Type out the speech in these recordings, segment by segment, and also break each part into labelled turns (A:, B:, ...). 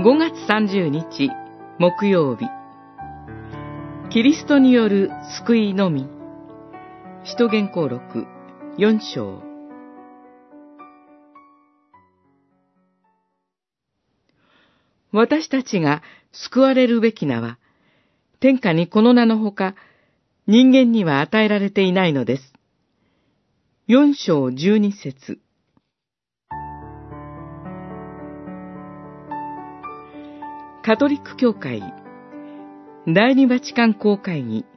A: 5月30日木曜日、キリストによる救いのみ。使徒言行録4章。私たちが救われるべき名は、天下にこの名のほか、人間には与えられていないのです。4章12節。カトリック教会第二バチカン公会議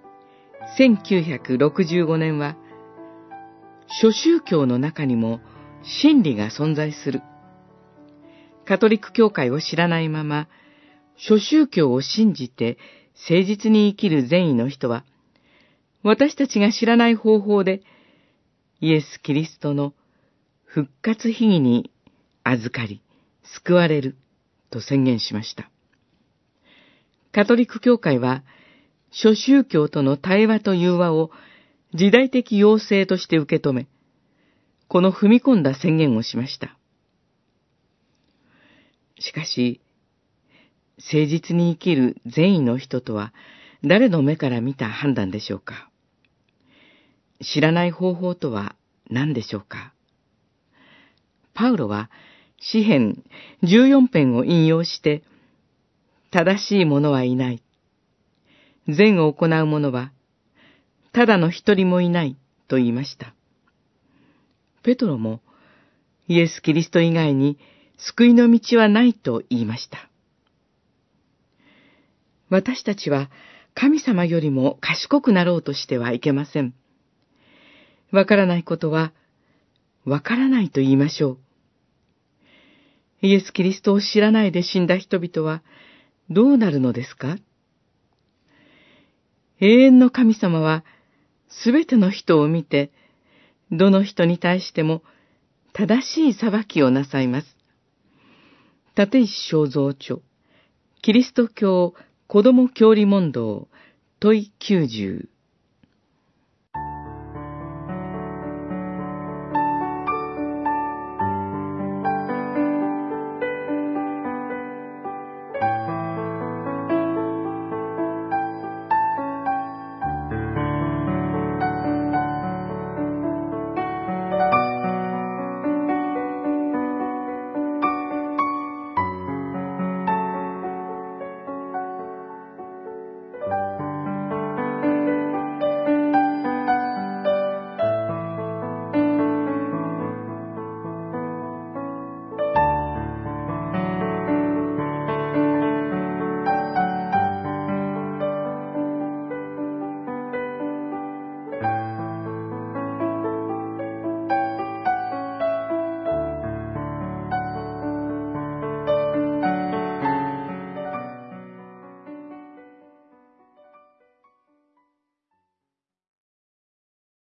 A: 1965年は、諸宗教の中にも真理が存在する。カトリック教会を知らないまま、諸宗教を信じて誠実に生きる善意の人は、私たちが知らない方法で、イエス・キリストの復活秘儀に預かり、救われると宣言しました。カトリック教会は、諸宗教との対話と融和を時代的要請として受け止め、この踏み込んだ宣言をしました。しかし、誠実に生きる善意の人とは誰の目から見た判断でしょうか。知らない方法とは何でしょうか。パウロは詩編14編を引用して、正しい者はいない。善を行う者は、ただの一人もいないと言いました。ペトロも、イエス・キリスト以外に救いの道はないと言いました。私たちは神様よりも賢くなろうとしてはいけません。わからないことは、わからないと言いましょう。イエス・キリストを知らないで死んだ人々は、どうなるのですか？永遠の神様は、すべての人を見て、どの人に対しても正しい裁きをなさいます。立石正蔵著、キリスト教子ども教理問答、問い90。